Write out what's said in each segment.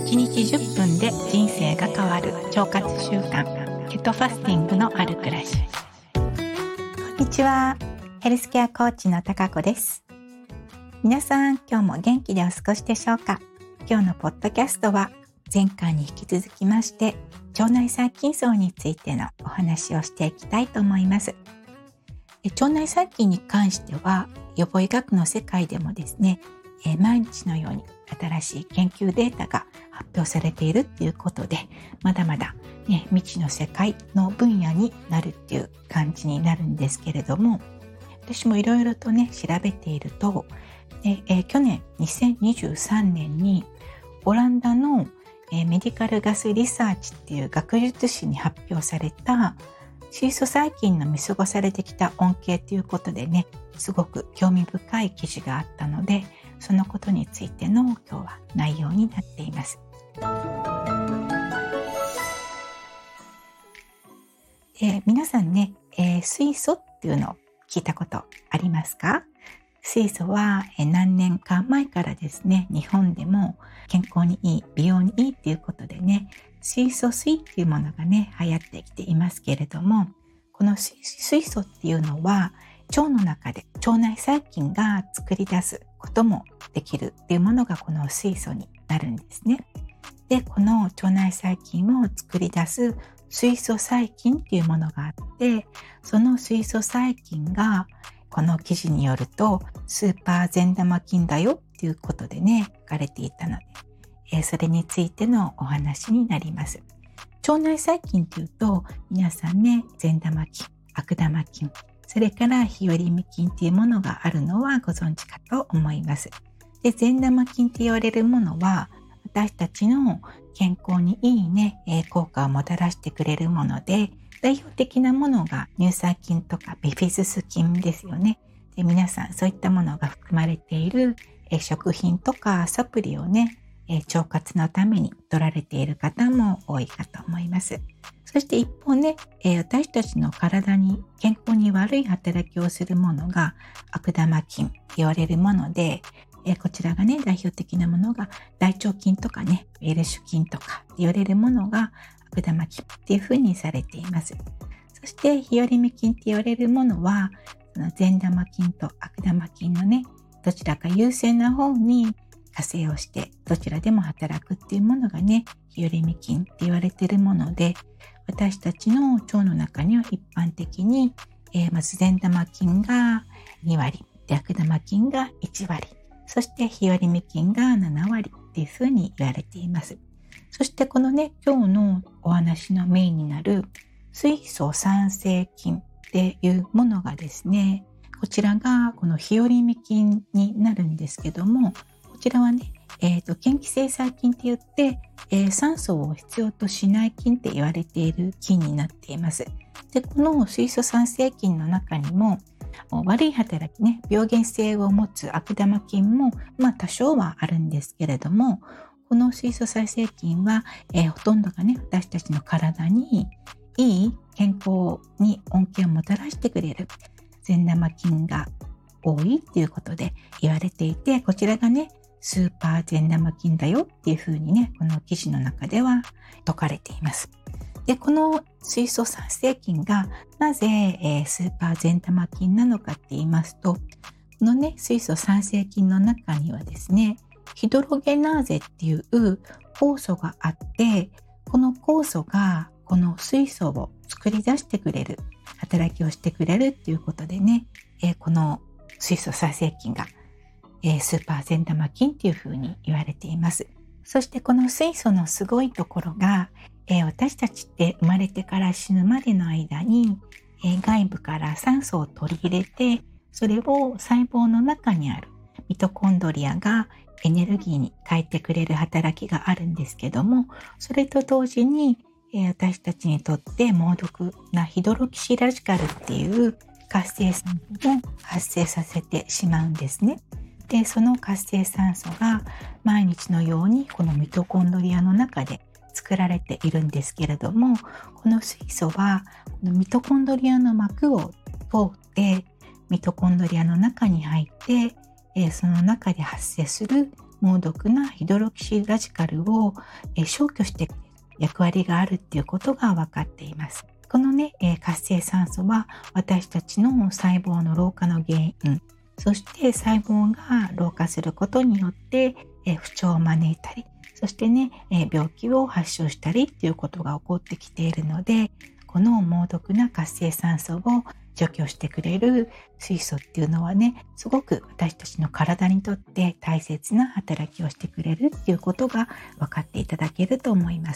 1日10分で人生が変わる腸活習慣、ケトファスティングのある暮らし。 こんにちは。ヘルスケアコーチの高子です。皆さん、今日も元気でお過ごしでしょうか。今日のポッドキャストは前回に引き続きまして腸内細菌層についてのお話をしていきたいと思います。腸内細菌に関しては予防医学の世界でもですね、毎日のように新しい研究データが発表されているっていうことで、まだまだ、未知の世界の分野になるっていう感じになるんですけれども、私もいろいろとね調べていると、去年2023年にオランダの、メディカルガスリサーチっていう学術誌に発表された水素細菌の見過ごされてきた恩恵ということでね、すごく興味深い記事があったので、そのことについての今日は内容になっています。皆さんね、水素っていうのを聞いたことありますか？水素は何年か前からですね、日本でも健康にいい、美容にいいっていうことでね、水素水っていうものがね流行ってきていますけれども、この水素っていうのは腸の中で腸内細菌が作り出すこともできるっていうものがこの水素になるんですね。で、この腸内細菌を作り出す水素細菌っていうものがあって、その水素細菌がこの記事によるとスーパー善玉菌だよっていうことでね書かれていたので、それについてのお話になります。腸内細菌っていうと皆さんね、善玉菌、悪玉菌、それから日和見菌っていうものがあるのはご存知かと思います。で、善玉菌って言われるものは私たちの健康にいいね、効果をもたらしてくれるもので、代表的なものが乳酸菌とかビフィズス菌ですよね。で、皆さんそういったものが含まれている食品とかサプリをね、腸活のために取られている方も多いかと思います。そして一方ね、私たちの体に健康に悪い働きをするものが悪玉菌と言われるもので、こちらがね、代表的なものが大腸菌とかね、ウェルシュ菌とか言われるものが悪玉菌っていうふうにされています。そして日和見菌って言われるものは、その善玉菌と悪玉菌のね、どちらか優勢な方に活性をしてどちらでも働くっていうものがね、日和見菌って言われているもので、私たちの腸の中には一般的に、まず善玉菌が2割で悪玉菌が1割、そして日和見菌が7割っていうふうに言われています。そしてこのね、今日のお話のメインになる水素酸性菌っていうものがですね、こちらがこの日和見菌になるんですけども、こちらはね、嫌気性細菌って言って、酸素を必要としない菌って言われている菌になっています。で、この水素酸性菌の中にも悪い働きね、病原性を持つ悪玉菌も多少はあるんですけれども、この水素酸性菌は、ほとんどがね、私たちの体にいい健康に恩恵をもたらしてくれる善玉菌が多いっていうことで言われていて、こちらがね、スーパー善玉菌だよっていうふうにね、この記事の中では説かれています。で、この水素酸性菌がなぜ、スーパー善玉菌なのかって言いますと、このね、水素酸性菌の中にはですね、ヒドロゲナーゼっていう酵素があって、この酵素がこの水素を作り出してくれる働きをしてくれるっていうことでね、この水素酸性菌が、スーパー善玉菌っていうふうに言われています。そしてこの水素のすごいところが、私たちって生まれてから死ぬまでの間に、外部から酸素を取り入れて、それを細胞の中にあるミトコンドリアがエネルギーに変えてくれる働きがあるんですけども、それと同時に、私たちにとって猛毒なヒドロキシラジカルっていう活性酸素を発生させてしまうんですね。で、その活性酸素が毎日のようにこのミトコンドリアの中で作られているんですけれども、この水素はこのミトコンドリアの膜を通ってミトコンドリアの中に入って、その中で発生する猛毒なヒドロキシラジカルを消去してくれる役割があるっていうことが分かっています。このね、活性酸素は私たちの細胞の老化の原因、そして細胞が老化することによって不調を招いたり、そしてね、病気を発症したりっていうことが起こってきているので、この猛毒な活性酸素を除去してくれる水素っていうのはね、すごく私たちの体にとって大切な働きをしてくれるっていうことが分かっていただけると思います。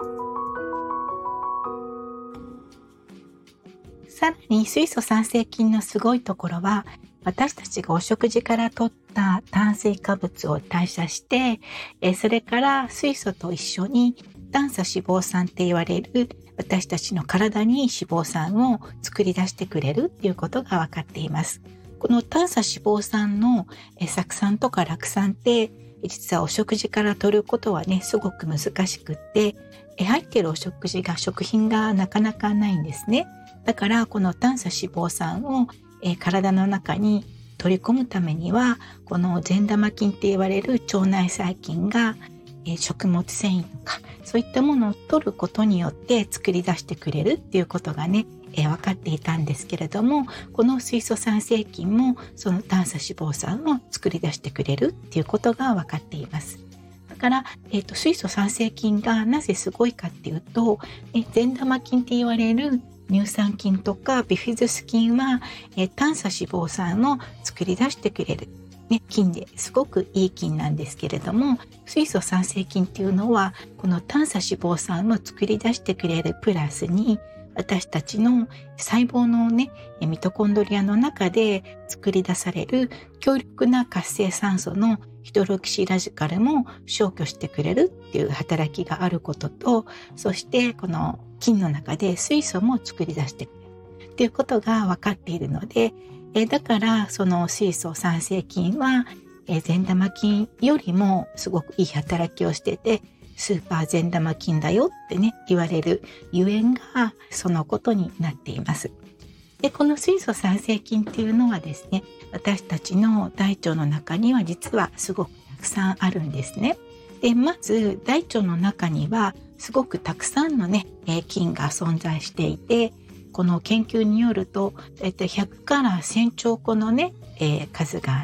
さらに水素酸性菌のすごいところは、私たちがお食事から摂った炭水化物を代謝して、それから水素と一緒に短鎖脂肪酸って言われる私たちの体にいい脂肪酸を作り出してくれるっていうことが分かっています。この短鎖脂肪酸の酢酸とか酪酸って実はお食事から摂ることはね、すごく難しくって、入っている食品がなかなかないんですね。だからこの短鎖脂肪酸を体の中に取り込むためには、この善玉菌って言われる腸内細菌が食物繊維とかそういったものを取ることによって作り出してくれるっていうことがね、分かっていたんですけれども、この水素酸性菌もその短鎖脂肪酸を作り出してくれるっていうことが分かっています。だから、水素酸性菌がなぜすごいかっていうと、善玉菌って言われる乳酸菌とかビフィズス菌は、短鎖脂肪酸を作り出してくれる、菌ですごくいい菌なんですけれども、水素酸性菌っていうのはこの短鎖脂肪酸を作り出してくれるプラスに、私たちの細胞のね、ミトコンドリアの中で作り出される強力な活性酸素のヒドロキシラジカルも消去してくれるっていう働きがあることと、そしてこの菌の中で水素も作り出してくれるっていうことが分かっているので、だからその水素酸性菌は善玉菌よりもすごくいい働きをしてて、スーパー善玉菌だよってね言われるゆえんがそのことになっています。で、この水素酸性菌っていうのはですね、私たちの大腸の中には実はすごくたくさんあるんですね。で、まず大腸の中にはすごくたくさんのね、菌が存在していて、この研究によると100から1000兆個のね、数があって、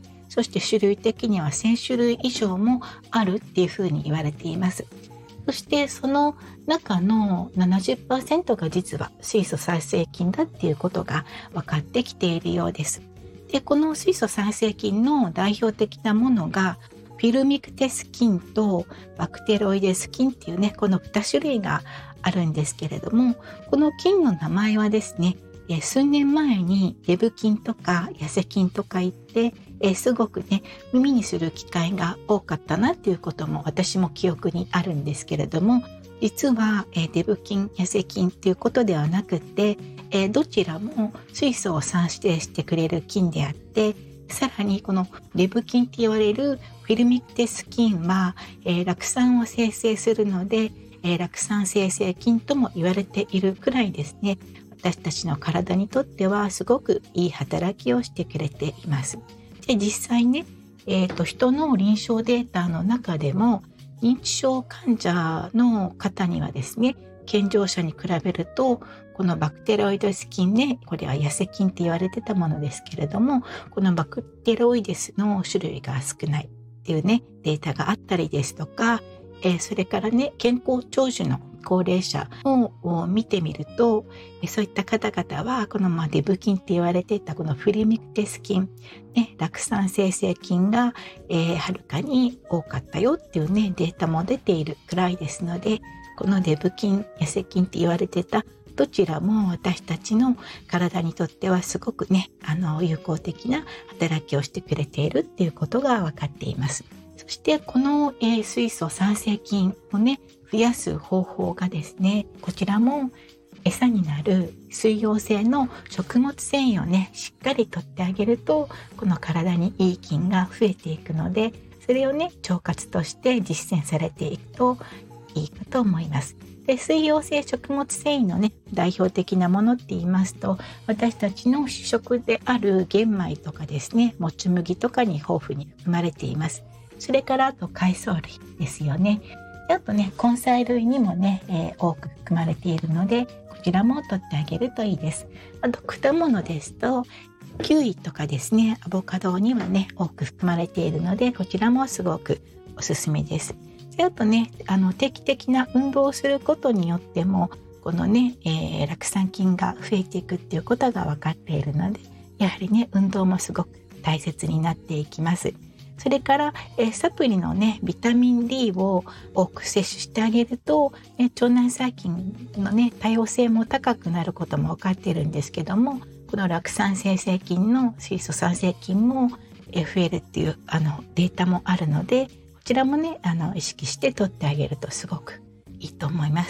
そして種類的には1000種類以上もあるっていうふうに言われています。そしてその中の 70% が実は水素酸性菌だっていうことが分かってきているようです。で、この水素酸性菌の代表的なものがフィルミクテス菌とバクテロイデス菌っていうね、この2種類があるんですけれども、この菌の名前はですね、数年前にデブ菌とかヤセ菌とか言って、すごくね耳にする機会が多かったなっていうことも私も記憶にあるんですけれども、実はデブ菌ヤセ菌っていうことではなくて、どちらも水素を産生してくれる菌であって、さらにこのデブ菌って言われるフィルミクテス菌は、酪酸を生成するので、酪酸生成菌とも言われているくらいですね、私たちの体にとってはすごくいい働きをしてくれています。で、実際ね、人の臨床データの中でも認知症患者の方にはですね、健常者に比べるとこのバクテロイデス菌ね、これはヤセ菌って言われてたものですけれども、このバクテロイデスの種類が少ないっていうねデータがあったりですとか、それからね、健康長寿の高齢者を見てみると、そういった方々はこのデブ菌って言われていたこのフィルミクテス菌、酪酸生成菌が、はるかに多かったよっていうねデータも出ているくらいですので、このデブ菌ヤセ菌って言われてたどちらも私たちの体にとってはすごくね有効的な働きをしてくれているっていうことが分かっています。そしてこの、水素酸性菌をね増やす方法がですね、こちらも餌になる水溶性の食物繊維をねしっかりとってあげると、この体にいい菌が増えていくので、それをね腸活として実践されていくといいかと思います。で、水溶性食物繊維のね代表的なものって言いますと、私たちの主食である玄米とかですね、もち麦とかに豊富に含まれています。 それからあと海藻類ですよね。であとね根菜類にもね、多く含まれているのでこちらも取ってあげるといいです。あと果物ですとキウイとかですねアボカドにはね多く含まれているのでこちらもすごくおすすめです。であとね定期的な運動をすることによってもこのね、酪酸菌が増えていくっていうことが分かっているのでやはりね運動もすごく大切になっていきます。それから、サプリのねビタミン D を多く摂取してあげると、腸内細菌のね多様性も高くなることも分かっているんですけどもこの酪酸生成菌の水素酸性菌も増えるっていうデータもあるのでこちらもね意識して取ってあげるとすごくいいと思います。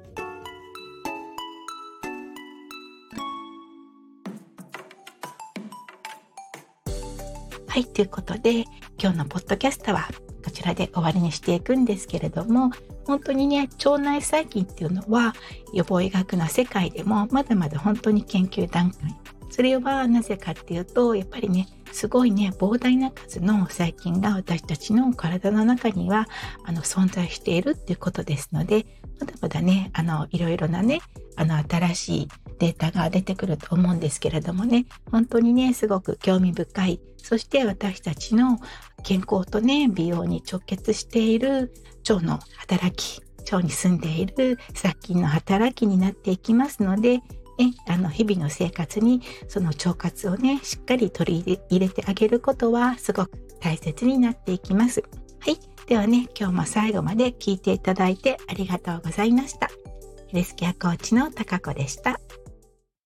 はい、ということで今日のポッドキャストはこちらで終わりにしていくんですけれども本当にね腸内細菌っていうのは予防医学の世界でもまだまだ本当に研究段階。それはなぜかっていうとやっぱりねすごいね膨大な数の細菌が私たちの体の中には存在しているっていうことですのでまだまだねいろいろなね新しいデータが出てくると思うんですけれどもね本当にねすごく興味深いそして私たちの健康とね美容に直結している腸の働き腸に住んでいる細菌の働きになっていきますので日々の生活にその腸活をねしっかり取り入れてあげることはすごく大切になっていきます。はい、ではね今日も最後まで聞いていただいてありがとうございました。ヘルスケアコーチの高子でした。